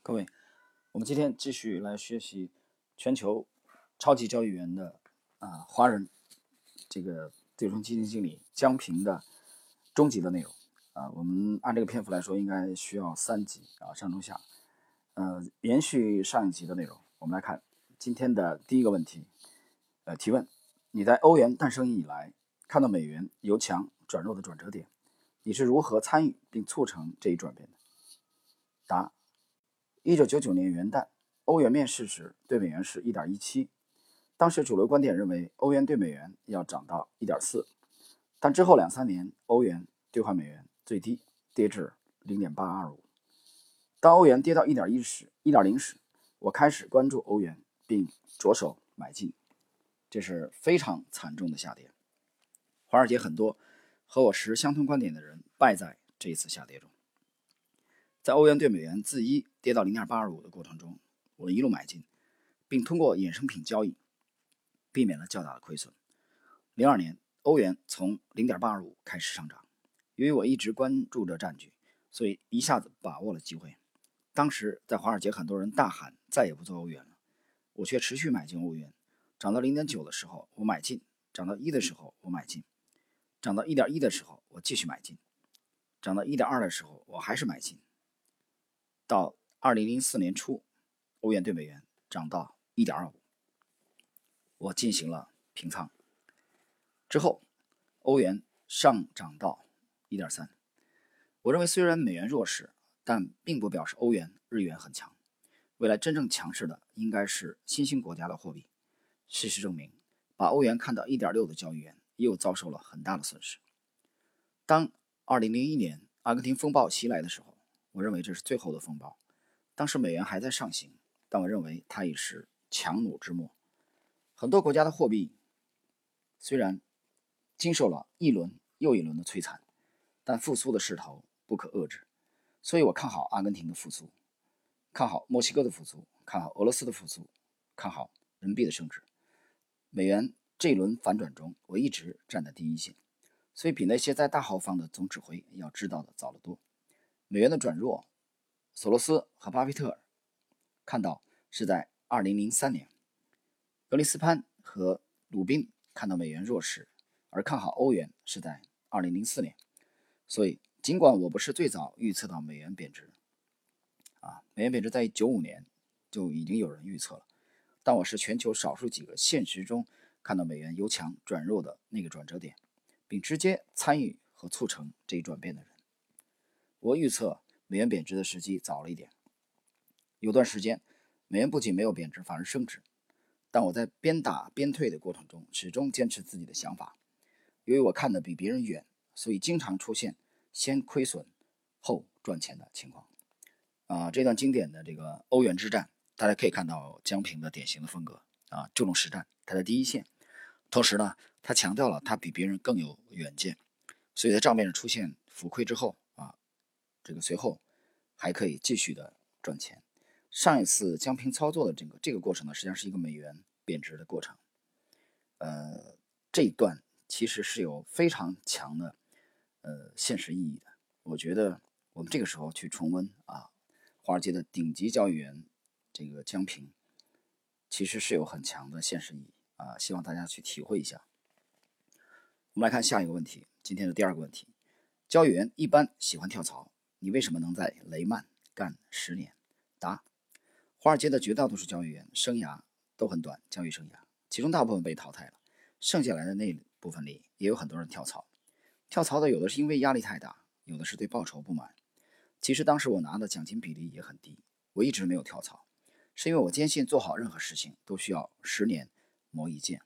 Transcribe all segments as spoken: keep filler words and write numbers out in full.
各位，我们今天继续来学习全球超级交易员的啊华人这个对冲基金经理江平的终极的内容啊。我们按这个篇幅来说，应该需要三集啊，上中下。呃，延续上一集的内容，我们来看今天的第一个问题。呃，提问：你在欧元诞生以来看到美元由强转弱的转折点，你是如何参与并促成这一转变的？答：一九九九年元旦，欧元面世时对美元是 一点一七， 当时主流观点认为欧元对美元要涨到 一点四， 但之后两三年欧元兑换美元最低跌至 零点八二五。 当欧元跌到 一点一 时 一点零 时，我开始关注欧元并着手买进，这是非常惨重的下跌。华尔街很多和我持相同观点的人败在这一次下跌中。在欧元对美元自一跌到 零点八二五 的过程中，我一路买进，并通过衍生品交易避免了较大的亏损。零二年，欧元从 零点八二五 开始上涨，由于我一直关注着战局，所以一下子把握了机会。当时在华尔街很多人大喊再也不做欧元了，我却持续买进欧元。涨到 零点九 的时候我买进，涨到一的时候我买进，涨到 一点一 的时候我继续买进，涨到 一点二 的时候我还是买进。到二零零四年初，欧元对美元涨到 一点二五， 我进行了平仓。之后欧元上涨到 一点三。 我认为虽然美元弱势，但并不表示欧元、日元很强。未来真正强势的应该是新兴国家的货币。事实证明，把欧元看到 一点六 的交易员又遭受了很大的损失。当二零零一年阿根廷风暴袭来的时候，我认为这是最后的风暴。当时美元还在上行，但我认为它已是强弩之末。很多国家的货币虽然经受了一轮又一轮的摧残，但复苏的势头不可遏制。所以我看好阿根廷的复苏，看好墨西哥的复苏，看好俄罗斯的复苏，看好人民币的升值。美元这一轮反转中，我一直站在第一线，所以比那些在大后方的总指挥要知道的早得多。美元的转弱，索罗斯和巴菲特看到是在二零零三年，格林斯潘和鲁宾看到美元弱势，而看好欧元是在二零零四年。所以尽管我不是最早预测到美元贬值啊，美元贬值在九五年就已经有人预测了，但我是全球少数几个现实中看到美元由强转弱的那个转折点，并直接参与和促成这一转变的人。我预测美元贬值的时机早了一点，有段时间美元不仅没有贬值，反而升值，但我在边打边退的过程中始终坚持自己的想法。由于我看得比别人远，所以经常出现先亏损后赚钱的情况。啊，这段经典的这个欧元之战，大家可以看到江平的典型的风格啊，注重实战，他在第一线。同时呢，他强调了他比别人更有远见，所以在账面上出现浮亏之后啊，这个随后还可以继续的赚钱。上一次江平操作的这个这个过程呢，实际上是一个美元贬值的过程。呃，这一段其实是有非常强的呃现实意义的。我觉得我们这个时候去重温啊，华尔街的顶级交易员这个江平，其实是有很强的现实意义啊，希望大家去体会一下。我们来看下一个问题，今天的第二个问题：交易员一般喜欢跳槽，你为什么能在雷曼干十年？答：华尔街的绝大多数交易员生涯都很短，交易生涯其中大部分被淘汰了，剩下来的那部分里也有很多人跳槽。跳槽的有的是因为压力太大，有的是对报酬不满。其实当时我拿的奖金比例也很低，我一直没有跳槽，是因为我坚信做好任何事情都需要十年磨一剑。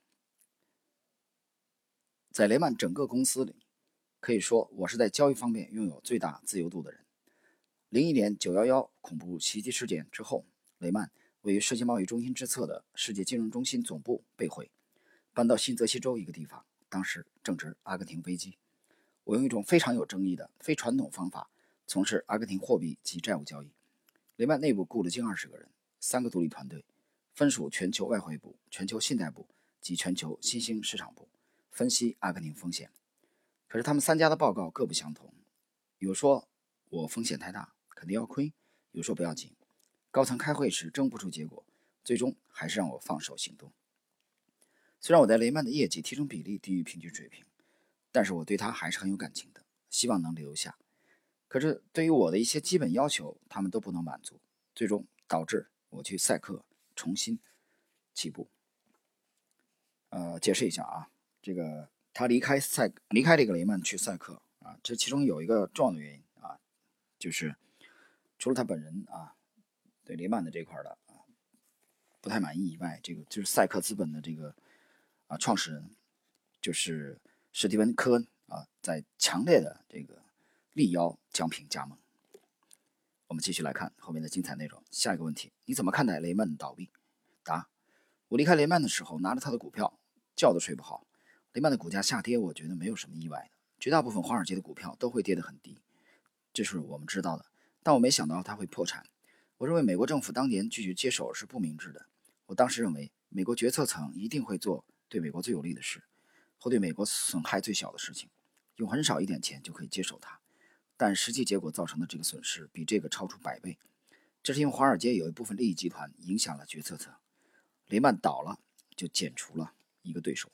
在雷曼整个公司里，可以说我是在交易方面拥有最大自由度的人。零一年九一一恐怖袭击事件之后，雷曼位于世界贸易中心之侧的世界金融中心总部被毁，搬到新泽西州一个地方，当时正值阿根廷危机。我用一种非常有争议的非传统方法从事阿根廷货币及债务交易。雷曼内部雇了近二十个人，三个独立团队，分属全球外汇部、全球信贷部及全球新兴市场部，分析阿根廷风险。可是他们三家的报告各不相同，有说我风险太大，肯定要亏，有说不要紧， 高层开会时争不出结果，最终还是让我放手行动。虽然我在雷曼的业绩提成比例低于平均水平，但是我对他还是很有感情的，希望能留下。可是对于我的一些基本要求，他们都不能满足，最终导致我去赛克重新起步。呃，解释一下啊，这个他离开赛离开这个雷曼去赛克啊，这其中有一个重要的原因啊，就是除了他本人啊对雷曼的这块的啊不太满意以外，这个就是赛克资本的这个啊创始人就是史蒂文·科恩啊，在强烈的这个力邀江平加盟。我们继续来看后面的精彩内容。下一个问题，你怎么看待雷曼倒闭？答：我离开雷曼的时候拿着他的股票，觉都睡不好。雷曼的股价下跌，我觉得没有什么意外的，绝大部分华尔街的股票都会跌得很低，这是我们知道的。但我没想到他会破产。我认为美国政府当年拒绝接手是不明智的。我当时认为美国决策层一定会做对美国最有利的事，或对美国损害最小的事情，用很少一点钱就可以接手它。但实际结果造成的这个损失比这个超出百倍。这是因为华尔街有一部分利益集团影响了决策层。雷曼倒了，就减除了一个对手。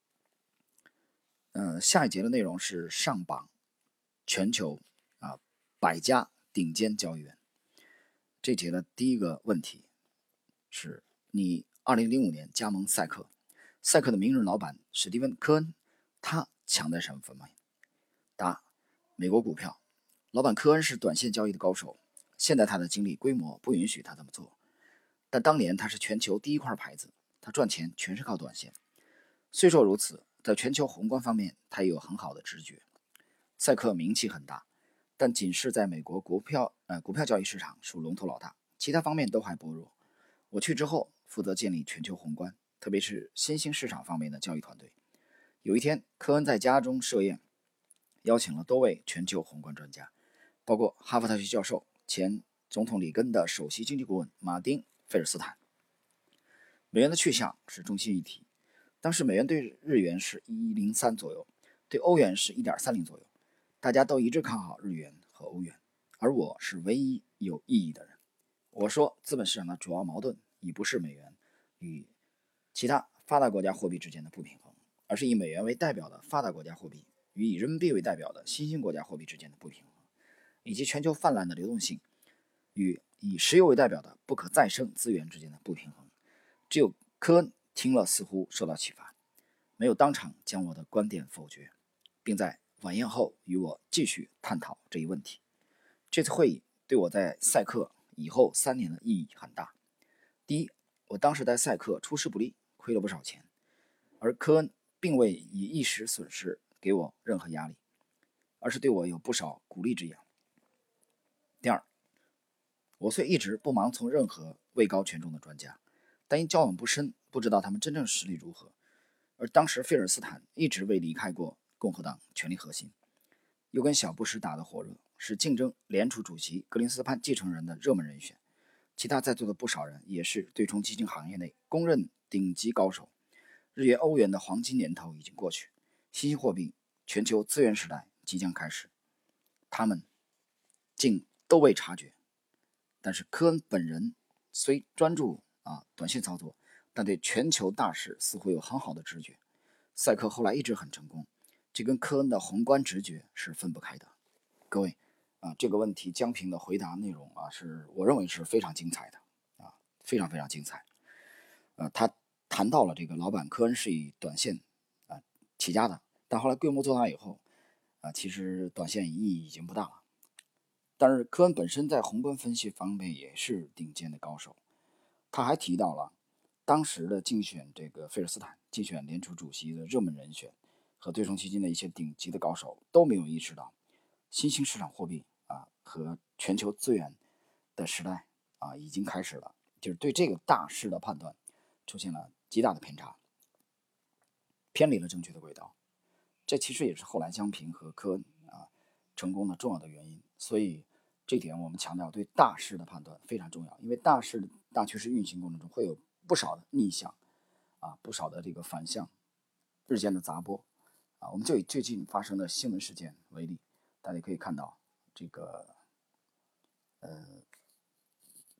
呃，下一节的内容是上榜全球啊百家顶尖交易员。这节的第一个问题是：你二零零五年加盟赛克，赛克的名人老板史蒂文·科恩，他强在什么方面？答：美国股票。老板科恩是短线交易的高手，现在他的精力规模不允许他这么做，但当年他是全球第一块牌子，他赚钱全是靠短线。虽说如此，在全球宏观方面，他也有很好的直觉。赛克名气很大，但仅是在美国股票呃股票交易市场属龙头老大，其他方面都还薄弱。我去之后，负责建立全球宏观，特别是新兴市场方面的交易团队。有一天，科恩在家中设宴，邀请了多位全球宏观专家，包括哈佛大学教授、前总统里根的首席经济顾问马丁·费尔斯坦。美元的去向是中心议题，当时美元对日元是一一零三左右，对欧元是一点三零左右，大家都一致看好日元和欧元，而我是唯一有异议的人。我说，资本市场的主要矛盾已不是美元与其他发达国家货币之间的不平衡，而是以美元为代表的发达国家货币与以人民币为代表的新兴国家货币之间的不平衡，以及全球泛滥的流动性与以石油为代表的不可再生资源之间的不平衡。只有科恩听了似乎受到启发，没有当场将我的观点否决，并在晚宴后与我继续探讨这一问题。这次会议对我在赛克以后三年的意义很大。第一，我当时在赛克出师不利，亏了不少钱，而科恩并未以一时损失给我任何压力，而是对我有不少鼓励之言。第二，我虽一直不盲从任何位高权重的专家，但因交往不深，不知道他们真正实力如何。而当时费尔斯坦一直未离开过共和党权力核心，又跟小布什打得火热，是竞争联储主席格林斯潘继承人的热门人选。其他在座的不少人也是对冲基金行业内公认顶级高手。日元欧元的黄金年头已经过去，新兴货币全球资源时代即将开始，他们竟都未察觉。但是科恩本人虽专注啊短线操作，但对全球大势似乎有很好的直觉。赛克后来一直很成功，这跟科恩的宏观直觉是分不开的。各位啊，这个问题江平的回答内容啊，是我认为是非常精彩的啊，非常非常精彩。呃，他谈到了这个老板科恩是以短线啊起家的，但后来规模做大以后啊，其实短线意义已经不大了。但是科恩本身在宏观分析方面也是顶尖的高手。他还提到了当时的竞选这个费尔斯坦竞选联储主席的热门人选和对冲基金的一些顶级的高手都没有意识到新兴市场货币啊和全球资源的时代啊已经开始了，就是对这个大势的判断出现了极大的偏差，偏离了正确的轨道。这其实也是后来江平和科恩啊成功的重要的原因。所以这点我们强调对大势的判断非常重要，因为大势大趋势运行过程中会有不少的逆向啊，不少的这个反向日间的杂波啊。我们就以最近发生的新闻事件为例，大家可以看到这个呃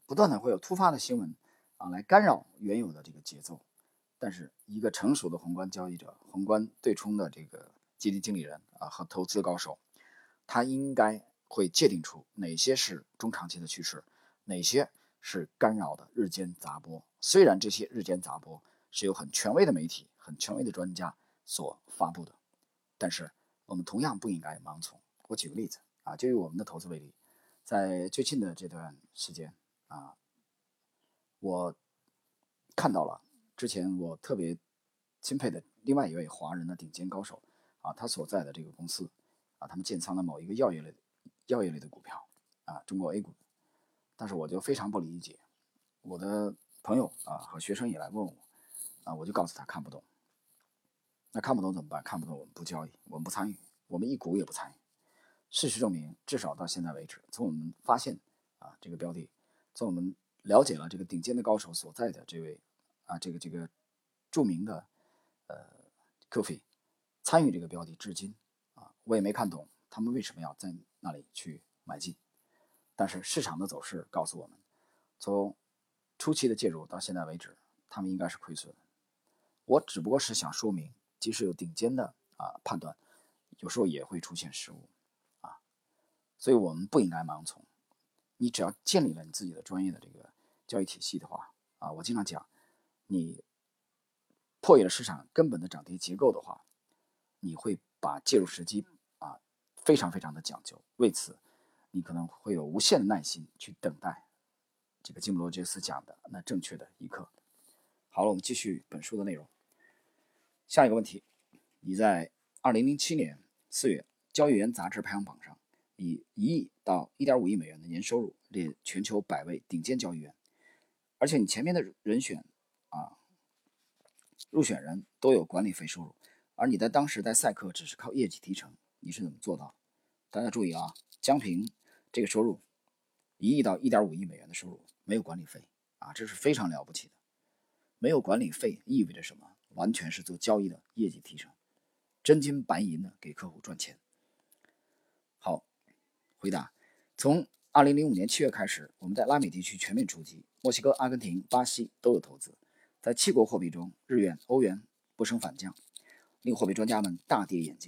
不断的会有突发的新闻啊来干扰原有的这个节奏。但是一个成熟的宏观交易者、宏观对冲的这个基金经理人啊和投资高手，他应该会界定出哪些是中长期的趋势，哪些是干扰的日间杂波。虽然这些日间杂波是由很权威的媒体、很权威的专家所发布的，但是我们同样不应该盲从。我举个例子啊，就以我们的投资为例，在最近的这段时间啊，我看到了之前我特别钦佩的另外一位华人的顶尖高手啊，他所在的这个公司啊，他们建仓了某一个药业类的药业类的股票啊，中国 A 股。但是我就非常不理解，我的朋友啊和学生也来问我啊，我就告诉他看不懂。那看不懂怎么办？看不懂我们不交易，我们不参与，我们一股也不参与。事实证明，至少到现在为止，从我们发现啊这个标的，从我们了解了这个顶尖的高手所在的这位啊这个这个著名的呃科菲参与这个标的至今啊，我也没看懂他们为什么要在那里去买进。但是市场的走势告诉我们，从初期的介入到现在为止，他们应该是亏损。我只不过是想说明，即使有顶尖的啊判断，有时候也会出现失误啊，所以我们不应该盲从。你只要建立了你自己的专业的这个交易体系的话啊，我经常讲，你破译了市场根本的涨跌结构的话，你会把介入时机啊非常非常的讲究。为此，你可能会有无限的耐心去等待这个基姆罗杰斯讲的那正确的一刻。好了，我们继续本书的内容。下一个问题，你在二零零七年四月交易员杂志排行榜上以一亿到一点五亿美元的年收入列全球百位顶尖交易员，而且你前面的人选啊入选人都有管理费收入，而你在当时在赛克只是靠业绩提成，你是怎么做到？大家注意啊，江平这个收入一亿到一点五亿美元的收入没有管理费啊，这是非常了不起的。没有管理费意味着什么？完全是做交易的业绩提成，真金白银的给客户赚钱。好，回答：从二零零五年七月开始，我们在拉美地区全面出击，墨西哥、阿根廷、巴西都有投资。在七国货币中，日元、欧元不升反降，令货币专家们大跌眼镜。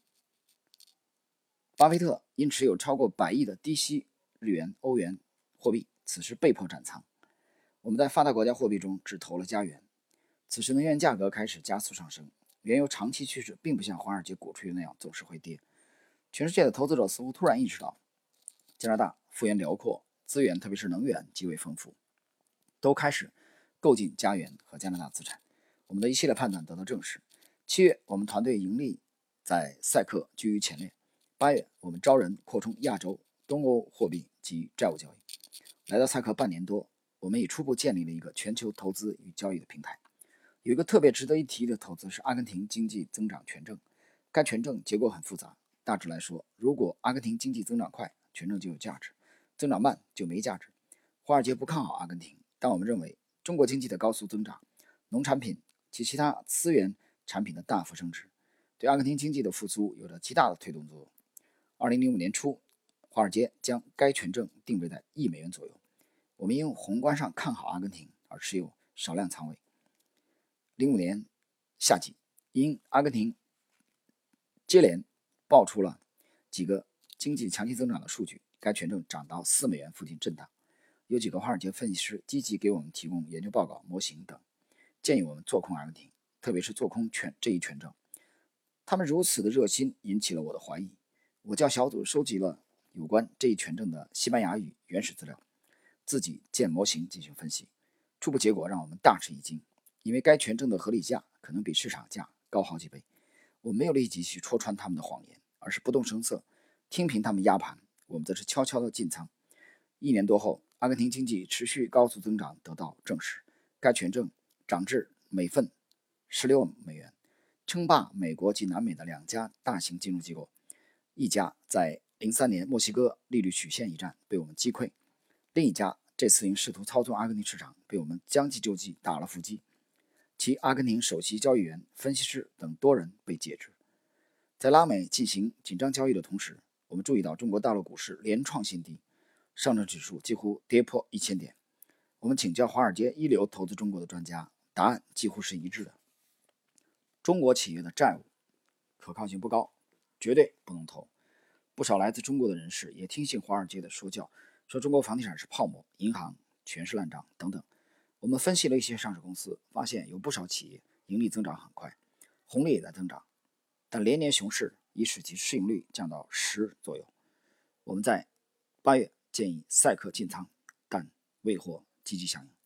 巴菲特因持有超过百亿的低息日元、欧元货币，此时被迫斩仓。我们在发达国家货币中只投了加元。此时能源价格开始加速上升，原油长期趋势并不像华尔街鼓吹的那样走势会跌。全世界的投资者似乎突然意识到，加拿大幅员辽阔，资源特别是能源极为丰富，都开始购进加元和加拿大资产。我们的一系列判断得到证实。七月，我们团队盈利在赛克居于前列。八月，我们招人扩充亚洲、东欧货币及债务交易。来到赛克半年多，我们已初步建立了一个全球投资与交易的平台。有一个特别值得一提的投资是阿根廷经济增长权证，该权证结构很复杂。大致来说，如果阿根廷经济增长快，权证就有价值；增长慢就没价值。华尔街不看好阿根廷，但我们认为中国经济的高速增长、农产品及其他资源产品的大幅升值，对阿根廷经济的复苏有着极大的推动作用。二零零五年初，华尔街将该权证定位在一美元左右。我们因宏观上看好阿根廷而持有少量仓位。零五年夏季，因阿根廷接连爆出了几个经济强劲增长的数据，该权证涨到四美元附近震荡。有几个华尔街分析师积极给我们提供研究报告、模型等，建议我们做空阿根廷，特别是做空权这一权证。他们如此的热心引起了我的怀疑。我叫小组收集了有关这一权证的西班牙语原始资料，自己建模型进行分析。初步结果让我们大吃一惊，因为该权证的合理价可能比市场价高好几倍。我没有立即去戳穿他们的谎言，而是不动声色，听凭他们压盘，我们则是悄悄地进仓。一年多后，阿根廷经济持续高速增长得到证实，该权证涨至每份十六美元，称霸美国及南美的两家大型金融机构。一家在零三年墨西哥利率曲线一战被我们击溃，另一家这次因试图操纵阿根廷市场被我们将计就计打了伏击，其阿根廷首席交易员、分析师等多人被解职。在拉美进行紧张交易的同时，我们注意到中国大陆股市连创新低，上证指数几乎跌破一千点， 我们请教华尔街一流投资中国的专家，答案几乎是一致的。中国企业的债务可靠性不高，绝对不能投。不少来自中国的人士也听信华尔街的说教，说中国房地产是泡沫，银行全是烂账等等。我们分析了一些上市公司，发现有不少企业盈利增长很快，红利也在增长，但连年熊市已使其市盈率降到十左右。我们在八月建议赛克进仓，但未获积极响应。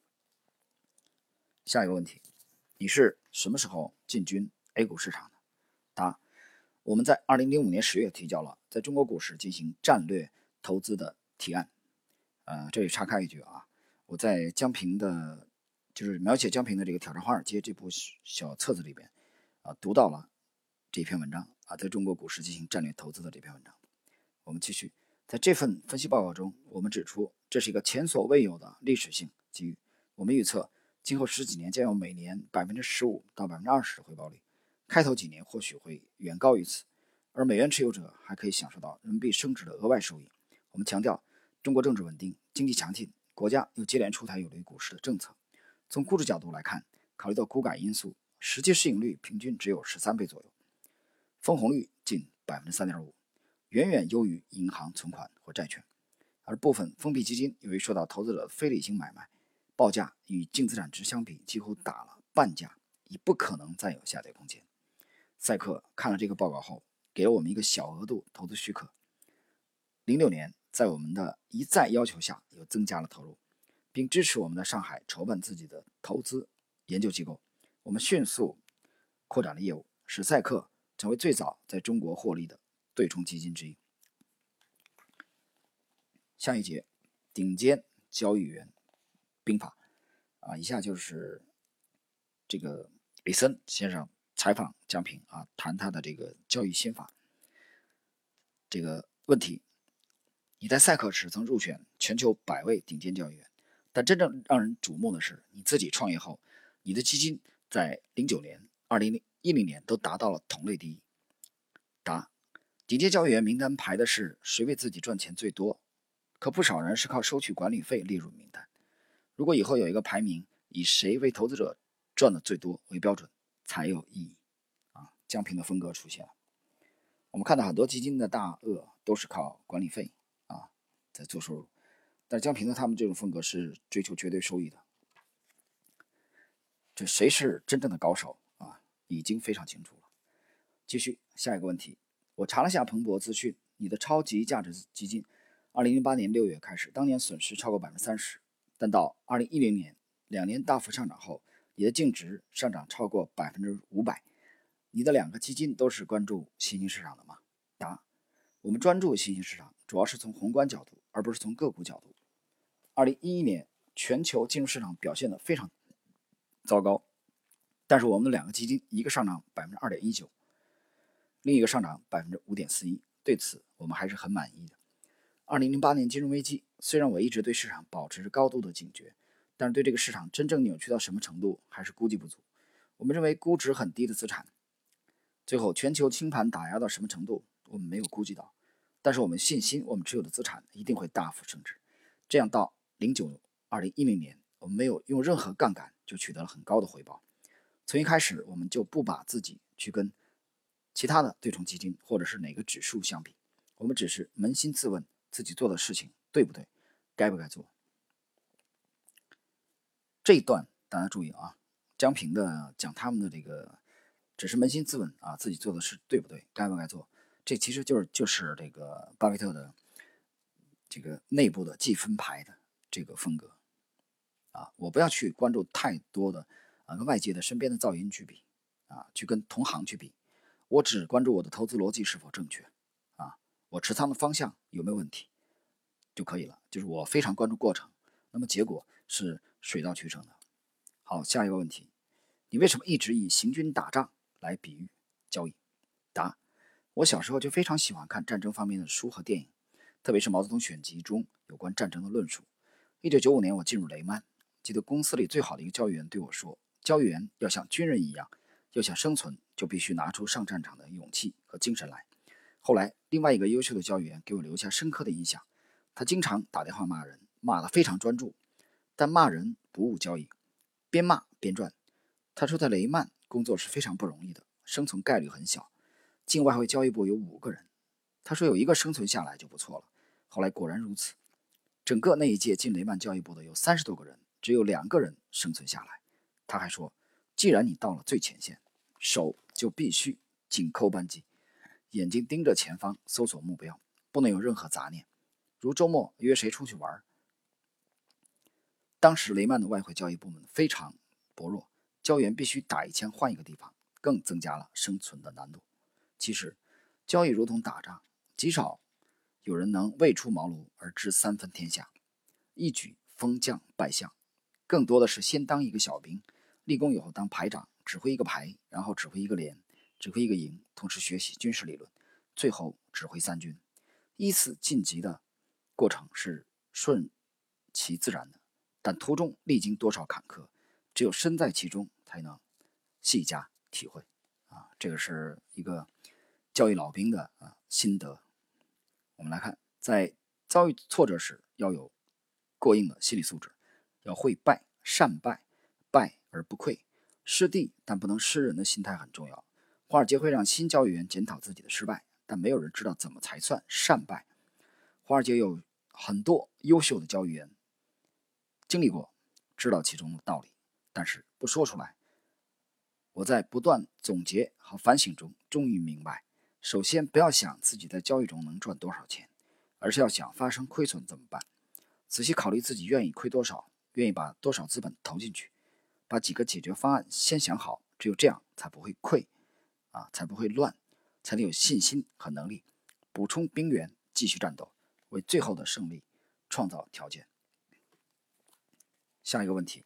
下一个问题，你是什么时候进军 A 股市场的？答：我们在二零零五年十月提交了在中国股市进行战略投资的提案。呃，这里岔开一句啊，我在江平的，就是描写江平的这个挑战华尔街这部小册子里边啊，读到了这篇文章啊，在中国股市进行战略投资的这篇文章。我们继续，在这份分析报告中，我们指出这是一个前所未有的历史性机遇。我们预测今后十几年将有每年百分之十五到百分之二十的回报率，开头几年或许会远高于此，而美元持有者还可以享受到人民币升值的额外收益。我们强调，中国政治稳定，经济强劲，国家又接连出台有利股市的政策。从估值角度来看，考虑到股改因素，实际市盈率平均只有十三倍左右，分红率近 百分之三点五， 远远优于银行存款或债券。而部分封闭基金由于受到投资者的非理性买卖，报价与净资产值相比几乎打了半价，已不可能再有下跌空间。赛克看了这个报告后，给了我们一个小额度投资许可。零六年，在我们的一再要求下，又增加了投入，并支持我们在上海筹办自己的投资研究机构。我们迅速扩展了业务，使赛克成为最早在中国获利的对冲基金之一。下一节，顶尖交易员兵法啊，以下就是这个李森先生采访江平啊，谈他的这个交易心法。这个问题，你在赛克时曾入选全球百位顶尖交易员，但真正让人瞩目的是，你自己创业后，你的基金在零九年、二零一零年都达到了同类第一。答：顶尖交易员名单排的是谁为自己赚钱最多，可不少人是靠收取管理费列入名单。如果以后有一个排名，以谁为投资者赚的最多为标准，才有意义。啊，江平的风格出现了。我们看到很多基金的大鳄都是靠管理费啊在做收入，但江平的他们这种风格是追求绝对收益的。这谁是真正的高手啊？已经非常清楚了。继续下一个问题，我查了下彭博资讯，你的超级价值基金二零零八年六月开始，当年损失超过 百分之三十， 但到二零一零年两年大幅上涨后，你的净值上涨超过 百分之五百。 你的两个基金都是关注新兴市场的吗？答：我们专注新兴市场，主要是从宏观角度，而不是从个股角度。二零一一年全球金融市场表现得非常糟糕，但是我们的两个基金，一个上涨 百分之二点一九， 另一个上涨 百分之五点四一， 对此我们还是很满意的。二零零八年金融危机，虽然我一直对市场保持着高度的警觉，但是对这个市场真正扭曲到什么程度还是估计不足。我们认为估值很低的资产，最后全球清盘打压到什么程度我们没有估计到，但是我们信心我们持有的资产一定会大幅升值。这样到零九、二零一零年，我们没有用任何杠杆就取得了很高的回报。从一开始我们就不把自己去跟其他的对冲基金或者是哪个指数相比，我们只是扪心自问自己做的事情对不对，该不该做。这一段大家注意啊，江平的讲他们的这个只是扪心自问啊，自己做的事对不对，该不该做，这其实就是就是这个巴菲特的这个内部的计分牌的这个风格啊。我不要去关注太多的啊跟外界的身边的噪音去比啊，去跟同行去比，我只关注我的投资逻辑是否正确啊，我持仓的方向有没有问题就可以了，就是我非常关注过程，那么结果是水到渠成的。好，下一个问题，你为什么一直以行军打仗来比喻交易？答：我小时候就非常喜欢看战争方面的书和电影，特别是毛泽东选集中有关战争的论述。一九九五年我进入雷曼，记得公司里最好的一个交易员对我说，交易员要像军人一样，要想生存就必须拿出上战场的勇气和精神来。后来另外一个优秀的交易员给我留下深刻的印象，他经常打电话骂人，骂得非常专注， 但骂人不误交易，边骂边赚。他说在雷曼工作是非常不容易的，生存概率很小。进外汇交易部有五个人，他说有一个生存下来就不错了。后来果然如此，整个那一届进雷曼交易部的有三十多个人，只有两个人生存下来。他还说，既然你到了最前线，手就必须紧扣扳机，眼睛盯着前方搜索目标，不能有任何杂念。如周末约谁出去玩，当时雷曼的外汇交易部门非常薄弱，交易员必须打一枪换一个地方，更增加了生存的难度。其实交易如同打仗，极少有人能未出茅庐而知三分天下，一举封将拜相，更多的是先当一个小兵，立功以后当排长，指挥一个排，然后指挥一个连，指挥一个营，同时学习军事理论，最后指挥三军。依次晋级的过程是顺其自然的，但途中历经多少坎坷，只有身在其中才能细加体会啊！这个是一个教育老兵的啊心得。我们来看，在遭遇挫折时，要有过硬的心理素质，要会败，善败，败而不愧，失地但不能失人的心态很重要。华尔街会让新交易员检讨自己的失败，但没有人知道怎么才算善败。华尔街有很多优秀的交易员经历过，知道其中的道理，但是不说出来。我在不断总结和反省中终于明白，首先不要想自己在交易中能赚多少钱，而是要想发生亏损怎么办。仔细考虑自己愿意亏多少，愿意把多少资本投进去，把几个解决方案先想好，只有这样才不会亏啊，才不会乱，才能有信心和能力补充兵员，继续战斗，为最后的胜利创造条件。下一个问题，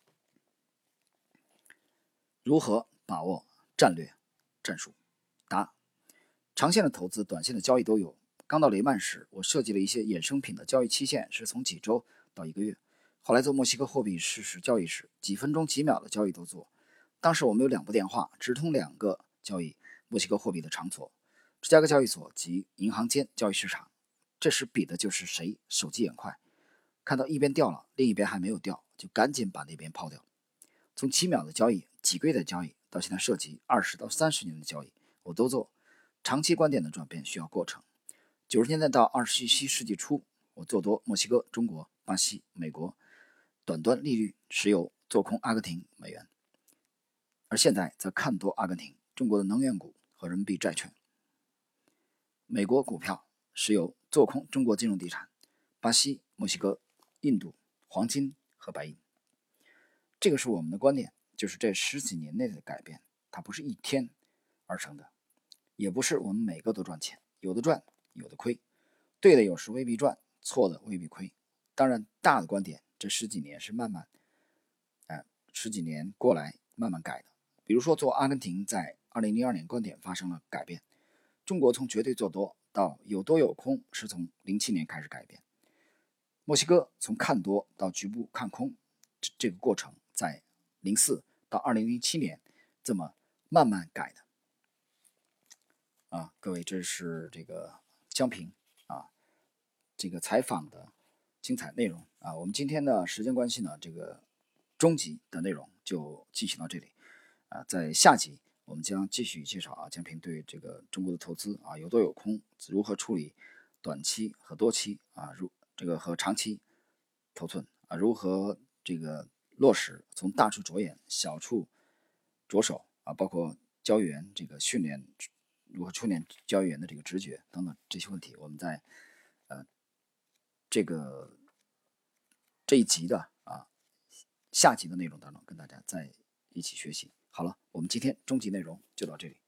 如何把握战略战术？答：长线的投资，短线的交易都有。刚到雷曼时，我设计了一些衍生品的交易期限是从几周到一个月。后来做墨西哥货币实时交易时，几分钟几秒的交易都做。当时我们有两部电话，直通两个交易墨西哥货币的场所，芝加哥交易所及银行间交易市场。这时比的就是谁手机眼快，看到一边掉了，另一边还没有掉，就赶紧把那边抛掉。从几秒的交易、几个月的交易，到现在涉及二十到三十年的交易，我都做。长期观点的转变需要过程。九十年代到二十一世纪初，我做多墨西哥、中国、巴西、美国，短端利率、石油，做空阿根廷、美元。而现在则看多阿根廷、中国的能源股和人民币债券，美国股票、石油，做空中国金融地产，巴西、墨西哥、印度、黄金和白银。这个是我们的观点，就是这十几年内的改变，它不是一天而成的，也不是我们每个都赚钱，有的赚，有的亏，对的有时未必赚，错的未必亏。当然，大的观点，这十几年是慢慢，呃，十几年过来慢慢改的。比如说，做阿根廷在二零零二年观点发生了改变，中国从绝对做多到有多有空是从零七年开始改变，墨西哥从看多到局部看空，这这个过程在零四到二零零七年这么慢慢改的。啊，各位，这是这个江平啊，这个采访的精彩内容啊。我们今天的时间关系呢，这个中集的内容就进行到这里啊。在下集我们将继续介绍啊，江平对这个中国的投资啊有多有空，如何处理短期和多期啊，如这个和长期头寸啊，如何这个落实从大处着眼，小处着手啊，包括交易员这个训练。如何训练交易员的这个直觉等等这些问题，我们在呃这个这一集的啊下集的内容当中跟大家再一起学习。好了，我们今天中集内容就到这里。